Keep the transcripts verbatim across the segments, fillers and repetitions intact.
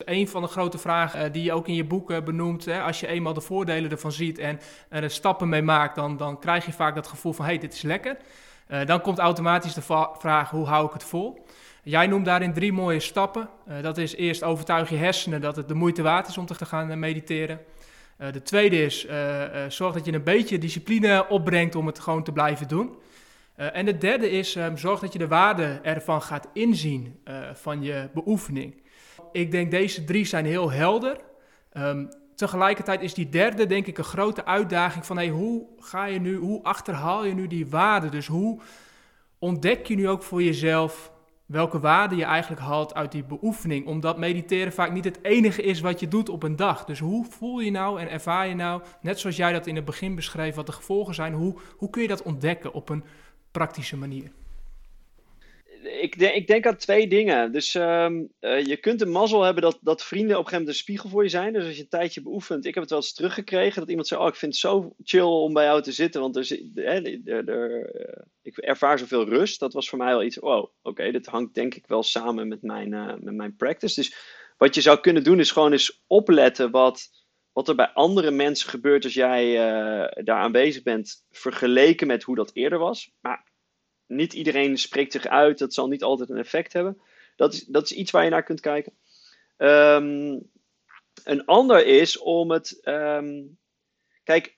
een van de grote vragen uh, die je ook in je boek uh, benoemt. Hè? Als je eenmaal de voordelen ervan ziet en er uh, stappen mee maakt, dan, dan krijg je vaak dat gevoel van, hé, hey, dit is lekker. Uh, dan komt automatisch de va- vraag, hoe hou ik het vol? Jij noemt daarin drie mooie stappen. Uh, dat is eerst overtuig je hersenen dat het de moeite waard is om te gaan uh, mediteren. Uh, de tweede is, uh, uh, zorg dat je een beetje discipline opbrengt om het gewoon te blijven doen. Uh, en de derde is, um, zorg dat je de waarde ervan gaat inzien uh, van je beoefening. Ik denk deze drie zijn heel helder. Um, tegelijkertijd is die derde denk ik een grote uitdaging van, hey, hoe ga je nu, hoe achterhaal je nu die waarde? Dus hoe ontdek je nu ook voor jezelf welke waarde je eigenlijk haalt uit die beoefening? Omdat mediteren vaak niet het enige is wat je doet op een dag. Dus hoe voel je nou en ervaar je nou, net zoals jij dat in het begin beschreef, wat de gevolgen zijn, hoe, hoe kun je dat ontdekken op een praktische manier? Ik, de, ik denk aan twee dingen. Dus um, uh, je kunt de mazzel hebben dat, dat vrienden op een gegeven moment een spiegel voor je zijn. Dus als je een tijdje beoefent, ik heb het wel eens teruggekregen, dat iemand zei, oh, ik vind het zo chill om bij jou te zitten, want er, zit- er, er, er, uh, ik ervaar zoveel rust. Dat was voor mij wel iets, wow, oké, okay, dit hangt denk ik wel samen met mijn, uh, met mijn practice. Dus wat je zou kunnen doen is gewoon eens opletten wat, wat er bij andere mensen gebeurt als jij uh, daar aanwezig bent, vergeleken met hoe dat eerder was. Maar niet iedereen spreekt zich uit. Dat zal niet altijd een effect hebben. Dat is, dat is iets waar je naar kunt kijken. Um, een ander is om het... Um, kijk,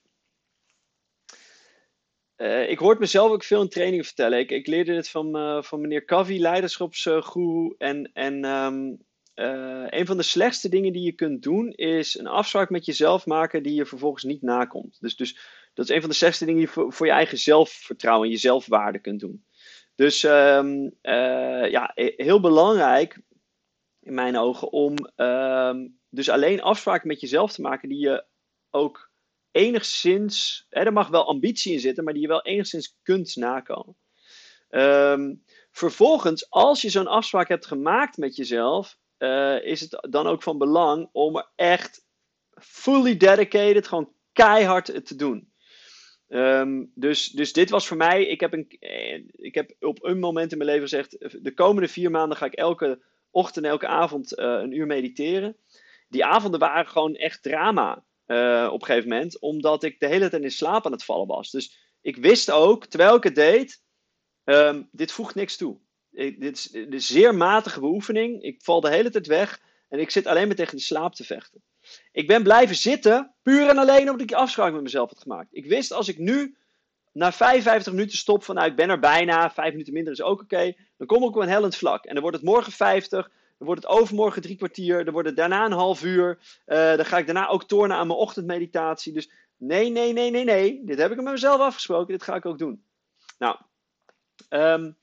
uh, ik hoor het mezelf ook veel in trainingen vertellen. Ik, ik leerde dit van, uh, van meneer Covey, leiderschapsgoeroe. En, en um, uh, een van de slechtste dingen die je kunt doen is een afspraak met jezelf maken die je vervolgens niet nakomt. Dus, dus dat is een van de slechtste dingen die je voor, voor je eigen zelfvertrouwen en je zelfwaarde kunt doen. Dus um, uh, ja, heel belangrijk in mijn ogen om um, dus alleen afspraken met jezelf te maken die je ook enigszins, hè, er mag wel ambitie in zitten, maar die je wel enigszins kunt nakomen. Um, vervolgens, als je zo'n afspraak hebt gemaakt met jezelf, uh, is het dan ook van belang om er echt fully dedicated, gewoon keihard te doen. Um, dus, dus dit was voor mij, ik heb, een, ik heb op een moment in mijn leven gezegd, de komende vier maanden ga ik elke ochtend en elke avond uh, een uur mediteren. Die avonden waren gewoon echt drama uh, op een gegeven moment, omdat ik de hele tijd in slaap aan het vallen was. Dus ik wist ook, terwijl ik het deed, um, dit voegt niks toe. Ik, dit is een zeer matige beoefening, ik val de hele tijd weg en ik zit alleen maar tegen die slaap te vechten. Ik ben blijven zitten, puur en alleen omdat ik die afspraak met mezelf had gemaakt. Ik wist, als ik nu na vijfenvijftig minuten stop van, nou, ik ben er bijna, vijf minuten minder is ook oké, okay, dan kom ik op een hellend vlak. En dan wordt het morgen vijftig, dan wordt het overmorgen drie kwartier, dan wordt het daarna een half uur, uh, dan ga ik daarna ook tornen aan mijn ochtendmeditatie. Dus nee, nee, nee, nee, nee, dit heb ik met mezelf afgesproken, dit ga ik ook doen. Nou, um,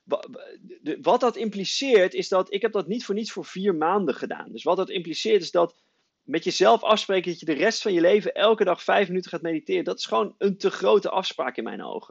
wat dat impliceert is dat, ik heb dat niet voor niets voor vier maanden gedaan. Dus wat dat impliceert is dat met jezelf afspreken dat je de rest van je leven elke dag vijf minuten gaat mediteren. Dat is gewoon een te grote afspraak in mijn ogen.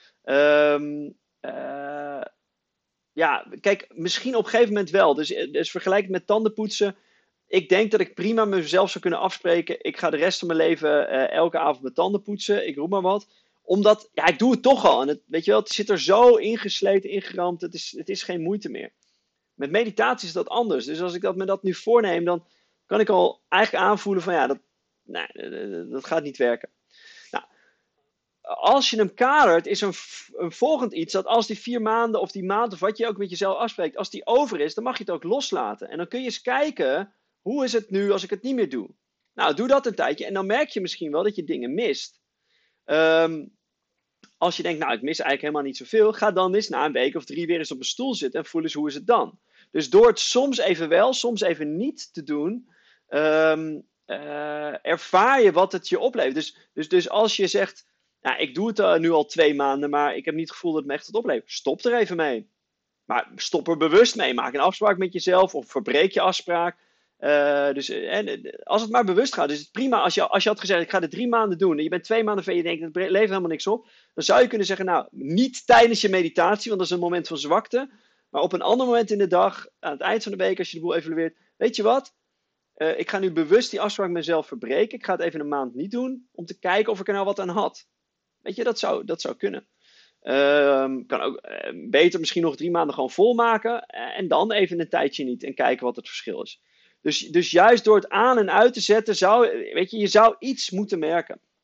Um, uh, ja, kijk, misschien op een gegeven moment wel. Dus, dus vergelijk het met tandenpoetsen. Ik denk dat ik prima met mezelf zou kunnen afspreken. Ik ga de rest van mijn leven uh, elke avond mijn tanden poetsen. Ik roep maar wat. Omdat, ja, ik doe het toch al. En het, weet je wel, het zit er zo ingesleten, ingeramd. Het is, het is geen moeite meer. Met meditatie is dat anders. Dus als ik dat, me dat nu voorneem, dan kan ik al eigenlijk aanvoelen van ja, dat, nee, dat gaat niet werken. Nou, als je hem kadert, is een, een volgend iets dat als die vier maanden of die maand of wat je ook met jezelf afspreekt, als die over is, dan mag je het ook loslaten. En dan kun je eens kijken, hoe is het nu als ik het niet meer doe? Nou, doe dat een tijdje en dan merk je misschien wel dat je dingen mist. Um, als je denkt, nou, ik mis eigenlijk helemaal niet zoveel, ga dan eens na een week of drie weer eens op een stoel zitten en voel eens hoe is het dan. Dus door het soms even wel, soms even niet te doen, um, uh, ervaar je wat het je oplevert. Dus, dus, dus als je zegt, nou, ik doe het uh, nu al twee maanden, maar ik heb niet het gevoel dat het me echt wat oplevert. Stop er even mee. Maar stop er bewust mee. Maak een afspraak met jezelf of verbreek je afspraak. Uh, dus, en, als het maar bewust gaat, is het prima. Als je, als je had gezegd, ik ga dit drie maanden doen en je bent twee maanden verder en je denkt, het levert helemaal niks op. Dan zou je kunnen zeggen, nou, niet tijdens je meditatie, want dat is een moment van zwakte. Maar op een ander moment in de dag, aan het eind van de week, als je de boel evalueert. Weet je wat? Uh, ik ga nu bewust die afspraak met mezelf verbreken. Ik ga het even een maand niet doen, om te kijken of ik er nou wat aan had. Weet je, dat zou, dat zou kunnen. Uh, kan ook uh, beter misschien nog drie maanden gewoon volmaken. Uh, en dan even een tijdje niet en kijken wat het verschil is. Dus, dus juist door het aan en uit te zetten, zou, weet je, je zou iets moeten merken.